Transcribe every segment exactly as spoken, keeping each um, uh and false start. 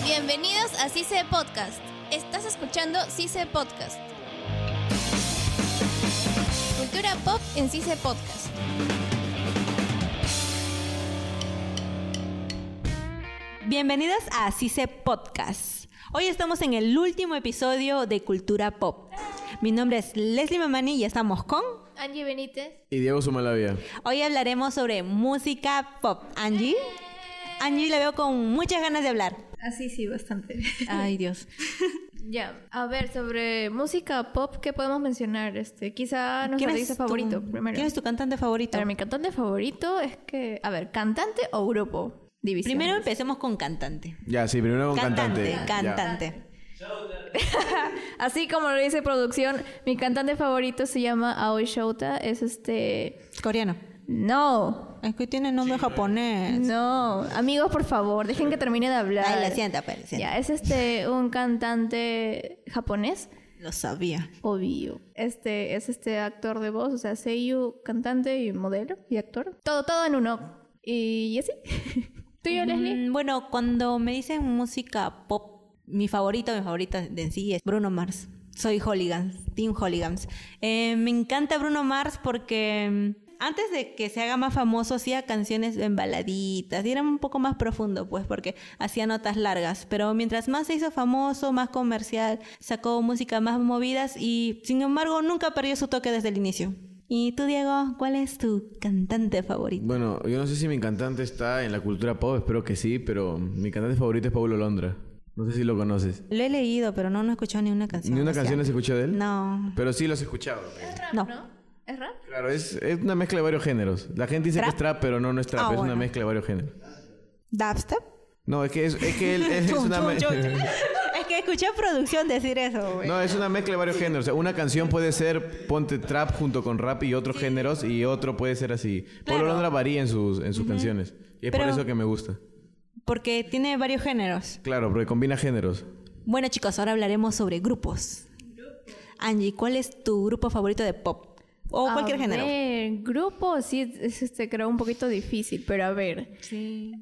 Bienvenidos a CICE Podcast. Estás escuchando CICE Podcast. Cultura pop en CICE Podcast. Bienvenidos a CICE Podcast. Hoy estamos en el último episodio de Cultura Pop. Mi nombre es Leslie Mamani y estamos con... Angie Benítez. Y Diego Sumalavia. Hoy hablaremos sobre música pop. Angie. Angie la veo con muchas ganas de hablar. Así sí, bastante. Ay, Dios. Ya, a ver, sobre música pop, ¿qué podemos mencionar? Este, quizá nuestro artista favorito primero. ¿Quién es tu cantante favorito? A ver, mi cantante favorito es que... A ver, ¿cantante o grupo? División. Primero empecemos con cantante. Ya, sí, primero con Cantante, cantante. cantante. Así como lo dice producción, mi cantante favorito se llama Aoi Shouta. Es este... Coreano. No. Es que tiene nombre japonés. No. Amigos, por favor, dejen que termine de hablar. Ay, la sienta, pues, la sienta. Ya, es este un cantante japonés. Lo sabía. Obvio. Este es este actor de voz, o sea, seiyuu, cantante y modelo y actor. Todo, todo en uno. Y así. ¿Tú y yo, Leslie? Mm, bueno, cuando me dicen música pop, mi favorito, mi favorita de en sí es Bruno Mars. Soy Hooligans, Team Hooligans. Eh, me encanta Bruno Mars porque antes de que se haga más famoso hacía canciones en baladitas y era un poco más profundo, pues, porque hacía notas largas. Pero mientras más se hizo famoso, más comercial, sacó música más movidas y, sin embargo, nunca perdió su toque desde el inicio. ¿Y tú, Diego, cuál es tu cantante favorito? Bueno, yo no sé si mi cantante está en la cultura pop, espero que sí, pero mi cantante favorito es Paulo Londra. No sé si lo conoces. Lo he leído, pero no, no he escuchado ni una canción. ¿Ni una o sea, canción has escuchado de él? No. Pero sí lo has escuchado. Es rap, No. ¿no? ¿Es rap? Claro, es, es una mezcla de varios géneros. La gente dice ¿Trap? que es trap, pero no, no es trap, Ah, es bueno. una mezcla de varios géneros. ¿Dubstep? No, es que, es, es que él, él es Chum, una... chum, me- chum. Es que escuché a producción decir eso, güey. No, es una mezcla de varios géneros. O sea, una canción puede ser, ponte trap junto con rap y otros géneros, y otro puede ser así. Paulo Claro. Londra varía en sus, en sus canciones. Y es Pero- por eso que me gusta. Porque tiene varios géneros. Claro, porque combina géneros. Bueno, chicos, ahora hablaremos sobre grupos. Angie, ¿cuál es tu grupo favorito de pop? O A cualquier género. ver, grupo sí es, es, este, creo un poquito difícil, pero a ver. Sí.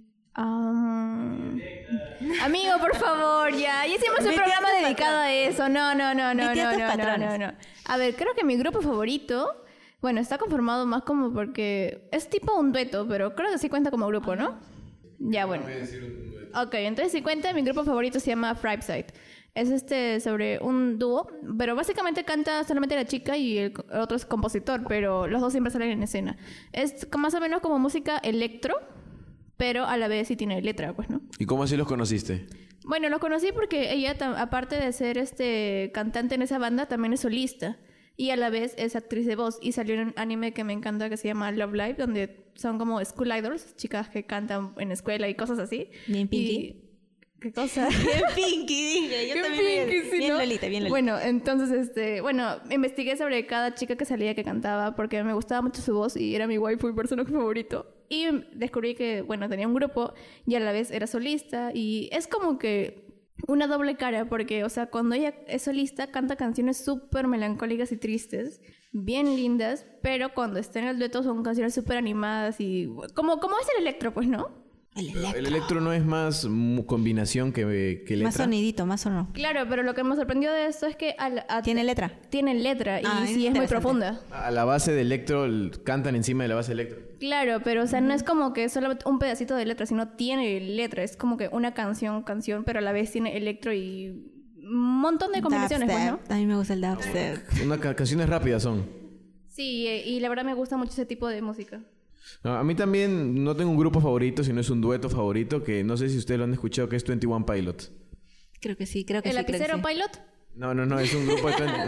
Um, amigo, por favor, ya. Ya hicimos un Vete programa a tus dedicado a eso. No, no, no, no, Vete a no, tus no, no, patrones. no, no. A ver, creo que mi grupo favorito, bueno, está conformado más como porque es tipo un dueto, pero creo que sí cuenta como grupo, ¿no? Ya, bueno. Ok, entonces sí cuenta, mi grupo favorito se llama Fripeside. Es este sobre un dúo, pero básicamente canta solamente la chica y el, el otro es compositor, pero los dos siempre salen en escena. Es más o menos como música electro, pero a la vez sí tiene letra, pues, ¿no? ¿Y cómo así los conociste? Bueno, los conocí porque ella, tam- aparte de ser este cantante en esa banda, también es solista. Y a la vez es actriz de voz. Y salió en un anime que me encanta que se llama Love Live, donde son como school idols, chicas que cantan en escuela y cosas así. Bien pinky. Y- ¿Qué cosa? Bien pinky, dije. Yo Bien también pinky, bien, sí, bien ¿no? lolita, bien lolita. Bueno, entonces, este... Bueno, investigué sobre cada chica que salía que cantaba porque me gustaba mucho su voz y era mi waifu y personaje favorito. Y descubrí que, bueno, tenía un grupo y a la vez era solista y es como que una doble cara porque, o sea, cuando ella es solista canta canciones súper melancólicas y tristes, bien lindas, pero cuando está en el dueto son canciones súper animadas y... Como, como es el electro, pues, ¿no? El El electro. electro no es más mu- combinación que, que letra. Más sonidito, más sonoro. Claro, pero lo que me sorprendió de esto es que... al- a- ¿Tiene letra? Tiene letra y Ah, sí es muy interesante. profunda. A la base de electro, el- cantan encima de la base de electro. Claro, pero o sea, no es como que solamente un pedacito de letra, sino tiene letra. Es como que una canción, canción, pero a la vez tiene electro y un montón de combinaciones, pues, ¿no? Dubstep. A mí me gusta el dubstep. Una ca- canciones rápidas son. Sí, eh, y la verdad me gusta mucho ese tipo de música. No, a mí también no tengo un grupo favorito, sino es un dueto favorito que no sé si ustedes lo han escuchado, que es veintiuno Pilots. Creo que sí, creo que ¿El sí. creo que lapicero sí. Pilot? No, no, no, es un grupo de veinte...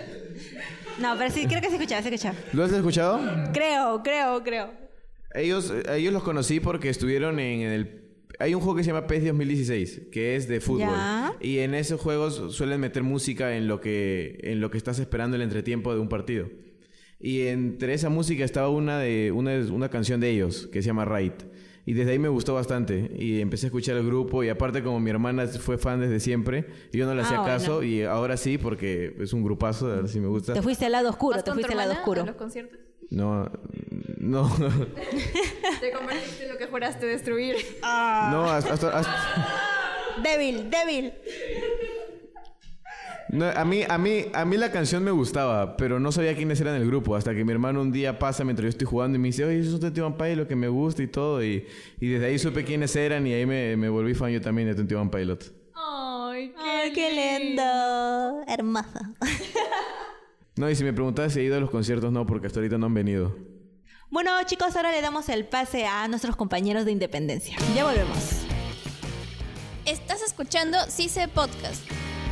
No, pero sí, creo que se escuchaba, se escuchaba. ¿Lo has escuchado? Creo, creo, creo. Ellos, a ellos los conocí porque estuvieron en el... Hay un juego que se llama PES dos mil dieciséis, que es de fútbol. Ya. Y en esos juegos suelen meter música en lo que, en lo que estás esperando el entretiempo de un partido. Y entre esa música estaba una, de, una, una canción de ellos, que se llama Right. Y desde ahí me gustó bastante. Y empecé a escuchar el grupo. Y aparte, como mi hermana fue fan desde siempre, yo no le Ah, hacía bueno. caso. Y ahora sí, porque es un grupazo, ahora sí me gusta. Te fuiste al lado oscuro, ¿Vas te con tu fuiste al lado hermana oscuro. a los conciertos? No, no. Te convertiste en lo que juraste destruir. No, hasta... hasta, hasta... Débil, débil. No, a mí, a mí, a mí la canción me gustaba, pero no sabía quiénes eran el grupo. Hasta que mi hermano un día pasa mientras yo estoy jugando y me dice, oye, eso es Twenty One Pilot, que me gusta y todo. Y, y desde ahí supe quiénes eran y ahí me, me volví fan yo también de Twenty One Pilot. Ay, qué, Ay, qué lindo. Hermosa. No, y si me preguntabas si he ido a los conciertos, no, porque hasta ahorita no han venido. Bueno, chicos, ahora le damos el pase a nuestros compañeros de Independencia. Ya volvemos. Estás escuchando CICE Podcast.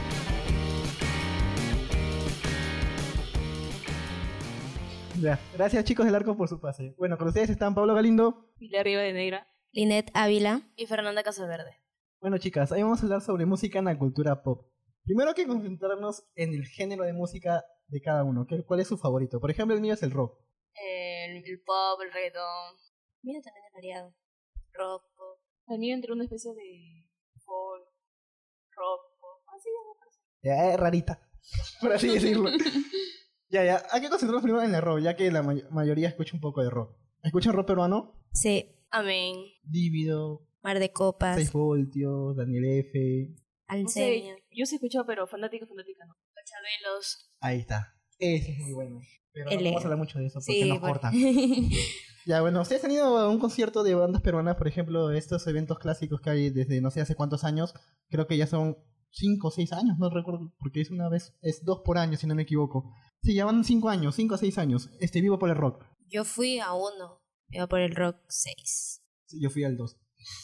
Ya. Gracias, chicos del Arco, por su pase. Bueno, con ustedes están Pablo Galindo. Pilar Rivadeneira. Linet Ávila. Y Fernanda Casaverde. Bueno, chicas, hoy vamos a hablar sobre música en la cultura pop. Primero hay que concentrarnos en el género de música de cada uno. ¿Qué- ¿Cuál es su favorito? Por ejemplo, el mío es el rock. El, el pop, el reggaetón. Mío también es variado. Rock, pop. El mío entre una especie de folk, rock, pop. Así es. Ya, es rarita, por así decirlo. Ya, ya. Hay que concentrarnos primero en el rock, ya que la may- mayoría escucha un poco de rock. ¿Escuchan rock peruano? Sí. Amén. Dívido, Mar de Copas. seis voltios, Daniel F. No Alceña. sé, yo sí he escuchado, pero fanática, fanática no. Cachabelos. Ahí está. Ese es muy bueno. Pero no Ele. vamos a hablar mucho de eso porque Sí, nos bueno. cortan. Ya, bueno, ¿ustedes han ido a un concierto de bandas peruanas? Por ejemplo, estos eventos clásicos que hay desde no sé hace cuántos años. Creo que ya son cinco o seis años, no recuerdo, porque es una vez, es dos por año, si no me equivoco. Sí, ya van cinco años, cinco o seis años. Este, Vivo por el Rock. Yo fui a uno. Iba por el rock seis. Sí, yo fui al dos.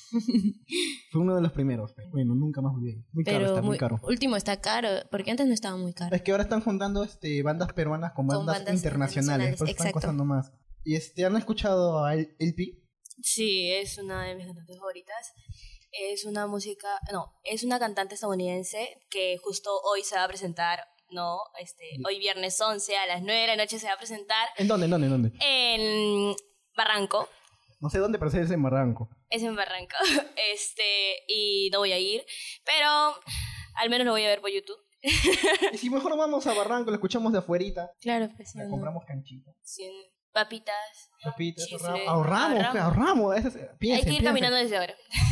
Fue uno de los primeros. Pero bueno, nunca más volví. Muy caro, Pero está muy muy- caro. último está caro, porque antes no estaba muy caro. Es que ahora están juntando este, bandas peruanas con Con bandas, bandas internacionales, por eso están internacionales, exacto. costando más. ¿Y este, han escuchado a El P? Sí, es una de mis cantantes favoritas. Es una música, no, es una cantante estadounidense que justo hoy se va a presentar, no, este, hoy viernes once a las nueve de la noche se va a presentar ¿En dónde, en dónde, en dónde? en Barranco. No sé dónde, pero sé es en Barranco. Es en Barranco. Este, y no voy a ir, pero al menos lo voy a ver por YouTube. Y si mejor vamos a Barranco, lo escuchamos de afuerita, Claro, pues le no. compramos canchita. Cien papitas. Papitas, Chifle. ahorramos, ahorramos, Ahorramos. ahorramos. Eso es- piensen, Hay que ir piensen. caminando desde ahora.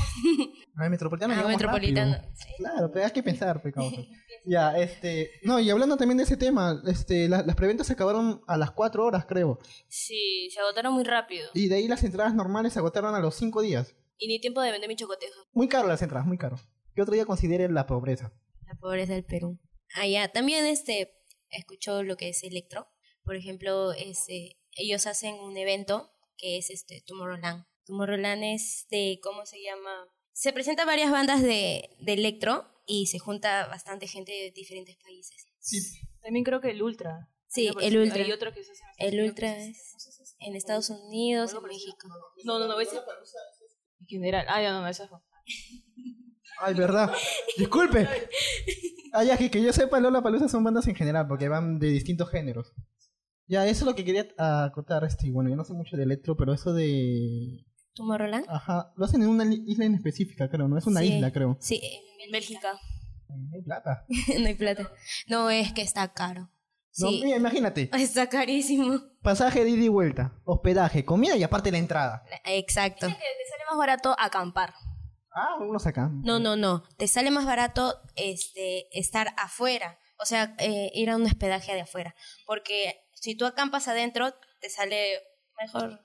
Al Metropolitano Ah, llegamos Metropolitano, rápido. sí. Claro, pero hay que pensar, pe, causa. Ya, este... No, y hablando también de ese tema, este, la- las preventas se acabaron a las cuatro horas, creo. Sí, se agotaron muy rápido. Y de ahí las entradas normales se agotaron a los cinco días. Y ni tiempo de vender mi chocotejo. Muy caro las entradas, muy caro. ¿Qué otro día consideren la pobreza? La pobreza del Perú. Ah, ya. También este escucho lo que es electro. Por ejemplo, este, ellos hacen un evento que es este Tomorrowland. Tomorrowland es de, ¿cómo se llama? Se presentan varias bandas de, de electro y se junta bastante gente de diferentes países. Sí. También creo que el Ultra. Sí, Me parece el que Ultra. Hay otro que se hace El Ultra es en Estados Unidos, en Algo parecido. México. No, no, no, ese en general. Ah, ya no, no, esa fue. Ay, verdad. Disculpe. Ah, ya, que, que yo sepa, Lollapalooza son bandas en general, porque van de distintos géneros. Ya, eso es lo que quería acotar, este, bueno, yo no sé mucho de electro, pero eso de... Tomorrowland. Ajá, lo hacen en una li- isla en específica, creo, ¿no? Es una Sí. isla, creo. Sí, En Bélgica. No hay plata. no hay plata. No, es que está caro. No, Sí, mira, imagínate, está carísimo. pasaje de ida y vuelta, hospedaje, comida y aparte la entrada. Exacto. Que te sale más barato acampar. Ah, unos acá. No, no, no. Te sale más barato este estar afuera. O sea, eh, ir a un hospedaje de afuera. Porque si tú acampas adentro, te sale mejor.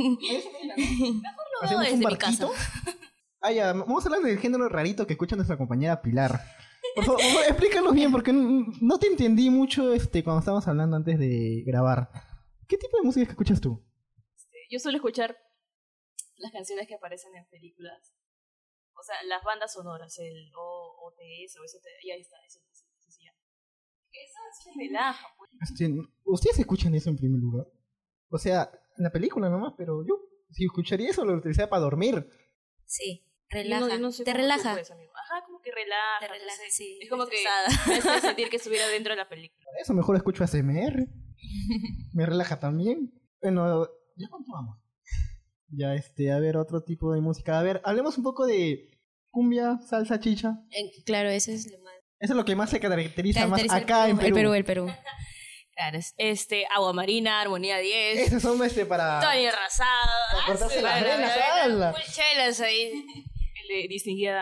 Mejor lo veo ¿Hacemos desde un mi casa. barquito? Ah, ya, vamos a hablar del género rarito que escucha nuestra compañera Pilar. Por favor, por favor, explícanos bien, porque n- no te entendí mucho este cuando estábamos hablando antes de grabar. ¿Qué tipo de música que escuchas tú? Yo suelo escuchar las canciones que aparecen en películas. O sea, las bandas sonoras, el O- OTS o S T, y ahí está, eso, eso, eso se llama. Que eso se relaja, pues. Este, ¿Ustedes escuchan eso en primer lugar? O sea, en la película nomás, pero yo, si escucharía eso, lo utilizaría para dormir. Sí, Yo relaja. no- yo no sé te cómo tú, relaja. pues, amigo. Ajá, como que relaja. Te no relaja, sé. sí, Es como que estresada. me hace sentir que estuviera dentro de la película. Por eso mejor escucho A S M R. Me relaja también. Bueno, ¿ya cuánto vamos? Ya, este, a ver, otro tipo de música. A ver, hablemos un poco de cumbia, salsa, chicha. Eh, claro, eso es lo más. Eso es lo que más se caracteriza, Caracteriza más el acá en Perú. El Perú, el Perú. Claro, es- este, Agua Marina, Armonía diez, Esos son este para... Tony Arrasado. Para cortarse ah, las bueno, venas, bueno, ala. full chelas ahí. El de Distinguida Dama.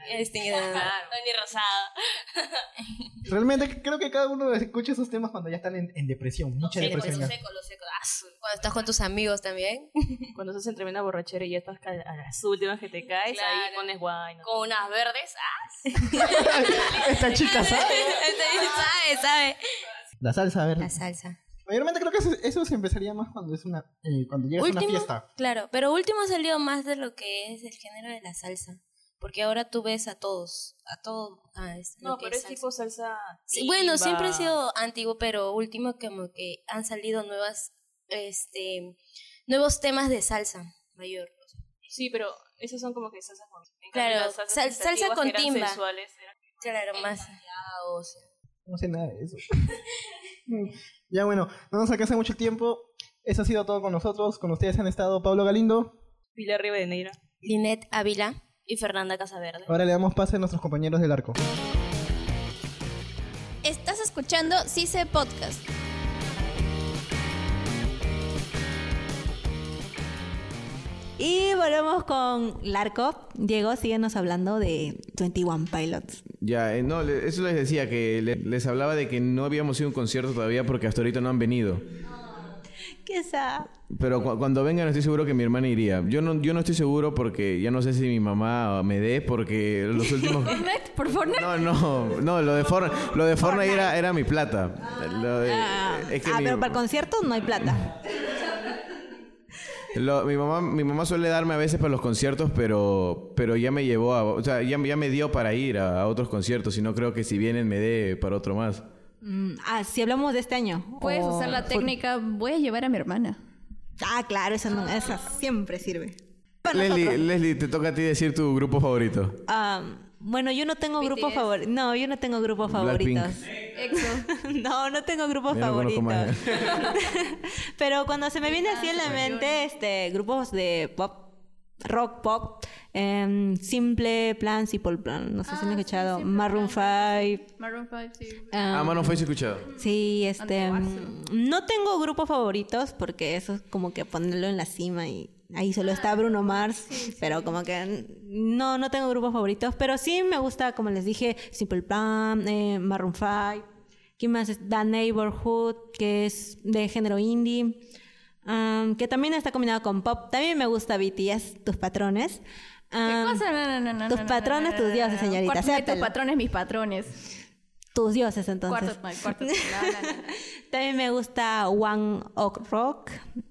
Este, uh, Tony Rosado. Realmente creo que cada uno escucha esos temas cuando ya están en, en depresión, mucha Sí, depresión. lo ya. seco, lo seco. Azul. cuando estás con tus amigos también. Cuando estás en tremenda borrachera y ya estás ca- a las últimas que te caes, Claro. ahí pones guay. ¿no? Con unas verdes. ¡Ah! Esta chica, ¿sabes? sabe, sabe. La salsa, a ver. La salsa. Mayormente creo que eso, eso se empezaría más cuando es una eh, cuando llegas a una Último, fiesta. claro, pero último ha salido más de lo que es el género de la salsa. Porque ahora tú ves a todos, a todo. Ah, es lo No, que pero es salsa. tipo salsa. Sí, bueno, timba. siempre ha sido antiguo, pero último como que han salido nuevas, este, nuevos temas de salsa mayor. Sí, pero esos son como que salsas con. en Claro, cambio, las salsas sal- salsa antiguas con que eran timba. sensuales, eran- Claro, más. No sé nada de eso. Ya bueno, no nos alcanza mucho el tiempo. Eso ha sido todo con nosotros. Con ustedes han estado Pablo Galindo. Pilar Rivadeneira. Linet Ávila. Y Fernanda Casaverde. Ahora le damos pase a nuestros compañeros del arco. Estás escuchando CICE Podcast. Y volvemos con Larco. Diego, síguenos hablando de veintiuno Pilots. Ya, eh, no, le- eso les decía, que le- les hablaba de que no habíamos ido a un concierto todavía porque hasta ahorita no han venido. ¿Qué esa? Pero cu- cuando vengan estoy seguro que mi hermana iría. Yo no, yo no estoy seguro porque ya no sé si mi mamá me dé porque los últimos... ¿Fortnite? ¿Por Fortnite? No, no, no, lo de Fortnite, lo de Fortnite era, era mi plata. Lo de- Ah, es que ah, mi, pero para el concierto no hay plata. lo- mi mamá, mi mamá suele darme a veces para los conciertos, pero, pero ya me llevó a, o sea, ya, ya me dio para ir a, a otros conciertos y no creo que si vienen me dé para otro más. Mm, ah, si hablamos de este año. Puedes O usar la fut- técnica, voy a llevar a mi hermana. Ah, claro, esa, no- esa siempre sirve. Para Leslie, nosotros. Leslie, te toca a ti decir tu grupo favorito. Ah, bueno, yo no tengo grupos B T S. favoritos. No, yo no tengo grupos Blackpink. favoritos. Exo. No, no tengo grupos Yo no conozco favoritos. más. Pero cuando se me viene así en la mente, este, grupos de pop, rock pop, em, Simple Plan, Simple Plan, no sé si han Ah, sí, escuchado, Simple Maroon five. Maroon five, sí. Ah, em, mano, fue escuchado. Sí, este, Anteguazo. mm, no tengo grupos favoritos porque eso es como que ponerlo en la cima y ahí solo está Bruno Mars, pero como que no, no tengo grupos favoritos, pero sí me gusta, como les dije, Simple Plan, eh, Maroon five, ¿quién más? Es The Neighborhood, que es de género indie, um, que también está combinado con pop. También me gusta B T S, tus patrones. ¿Qué Um, cosa? No, no, no, no, tus no, no, patrones, no, tus no, dioses, no. señorita, Cuarto de tus acéptalo. patrones, mis patrones. Tus dioses, entonces. Cuarto, no, cuarto. No, no, no, no. También me gusta One Ok Rock.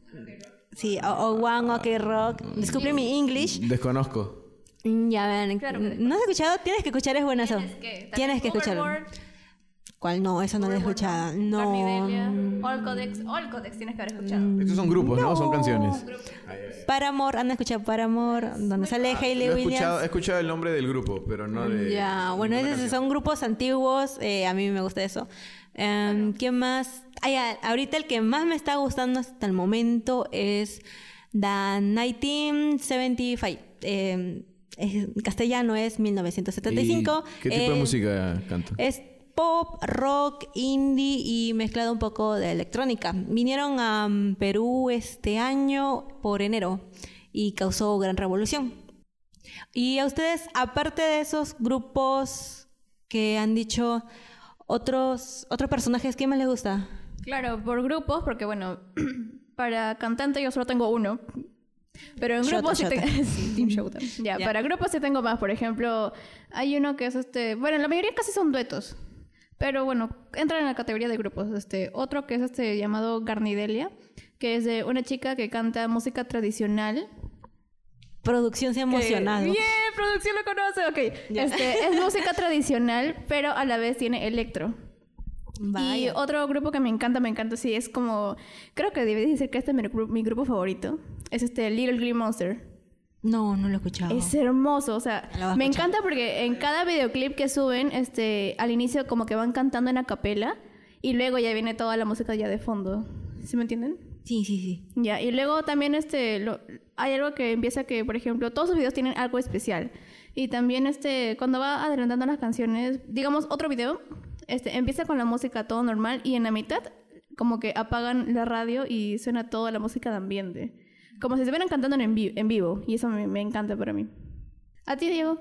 Sí, o, o One Ok Rock. Disculpe mi English. Desconozco. Mm, Ya ven. Claro que ¿No has escuchado? Tienes que escuchar, es buena eso. Tienes que, Tienes que escucharlo. Overboard, ¿Cuál no? Eso no lo he Overboard, escuchado. No. Garnidelia, All Codex. All Codex tienes que haber escuchado. Estos son grupos, ¿no? Son canciones. Paramore, ¿han escuchado Paramore? Donde sale Hayley Lo he Williams. escuchado, he escuchado el nombre del grupo, pero no de... Ya, bueno, ninguna esos canción. son grupos antiguos. eh, a mí me gusta eso. Em, ¿Quién más? Ah, ya, ahorita el que más me está gustando hasta el momento es The nineteen seventy-five. Eh, en castellano es mil novecientos setenta y cinco. ¿Y ¿Qué tipo de Eh, música canta? Es pop, rock, indie y mezclado un poco de electrónica. Vinieron a mm, Perú este año por enero y causó gran revolución. Y a ustedes, aparte de esos grupos que han dicho otros otros personajes, ¿quién más les gusta? Claro, por grupos, porque bueno, para cantante yo solo tengo uno. Pero en Shota, grupos sí Shota. tengo... sí, Team Shota. Ya, Ya. para grupos sí tengo más. Por ejemplo, hay uno que es este... Bueno, la mayoría casi son duetos. Pero bueno, entran en la categoría de grupos. Este, otro que es este llamado Garnidelia, que es de una chica que canta música tradicional. Producción se ha emocionado. Que- ¡Bien! Producción lo conoce. Ok. Ya. Este, es música tradicional, pero a la vez tiene electro. Y Vaya. otro grupo que me encanta, me encanta, sí, es como... Creo que debes decir que este es mi, gru- mi grupo favorito. Es este Little Green Monster. No, no lo he escuchado. Es hermoso, o sea, Lo voy a me escuchar. encanta porque en cada videoclip que suben, este, al inicio como que van cantando en a capela y luego ya viene toda la música ya de fondo. ¿Sí me entienden? Sí, sí, sí. Ya, y luego también este lo- hay algo que empieza que, por ejemplo, todos sus videos tienen algo especial. Y también este cuando va adelantando las canciones, digamos otro video, este empieza con la música todo normal y en la mitad como que apagan la radio y suena toda la música de ambiente. Como si estuvieran cantando en, vi- en vivo y eso me, me encanta para mí. ¿A ti, Diego?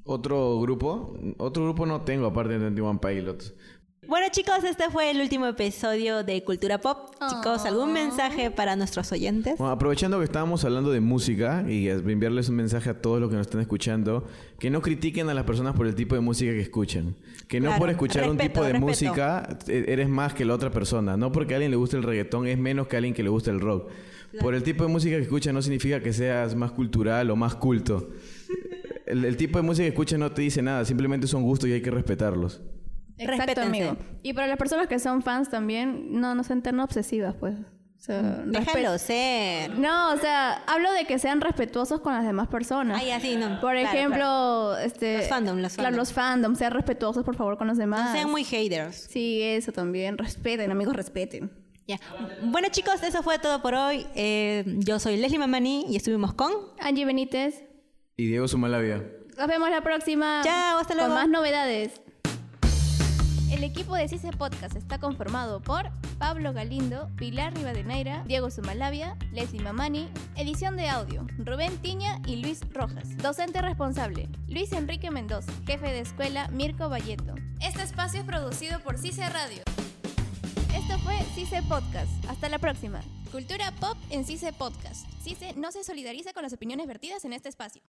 Otro grupo, otro grupo no tengo aparte de Twenty One Pilots. Bueno, chicos, este fue el último episodio de Cultura Pop. Chicos, ¿algún mensaje para nuestros oyentes? Bueno, aprovechando que estábamos hablando de música y enviarles un mensaje a todos los que nos están escuchando, que no critiquen a las personas por el tipo de música que escuchan. Que no Claro, por escuchar un respeto, tipo de respeto. música e- eres más que la otra persona. No porque a alguien le guste el reggaetón es menos que a alguien que le guste el rock. Por el tipo de música que escuchas no significa que seas más cultural o más culto. El, el tipo de música que escuchas no te dice nada, simplemente son gustos y hay que respetarlos. Exacto, Respétense. amigo. Y para las personas que son fans también, no, no sean tan obsesivas, pues. O sea, Déjalo respe- ser. No, o sea, hablo de que sean respetuosos con las demás personas. Ay, así no. Por Claro, ejemplo, claro. este... Los fandom, los Claro, fandom. los fandom. Sean respetuosos, por favor, con los demás. No sean muy haters. Sí, eso también. Respeten, amigos, respeten. Ya. Bueno, chicos, eso fue todo por hoy. Eh, yo soy Leslie Mamani y estuvimos con... Angie Benítez. Y Diego Sumalavia. Nos vemos la próxima. Chao, hasta luego. Con más novedades. El equipo de CICE Podcast está conformado por Pablo Galindo, Pilar Rivadeneira, Diego Sumalavia, Leslie Mamani, edición de audio, Rubén Tiña y Luis Rojas. Docente responsable, Luis Enrique Mendoza. Jefe de escuela, Mirko Valleto. Este espacio es producido por CICE Radio. Esto fue CICE Podcast. Hasta la próxima. Cultura Pop en CICE Podcast. CICE no se solidariza con las opiniones vertidas en este espacio.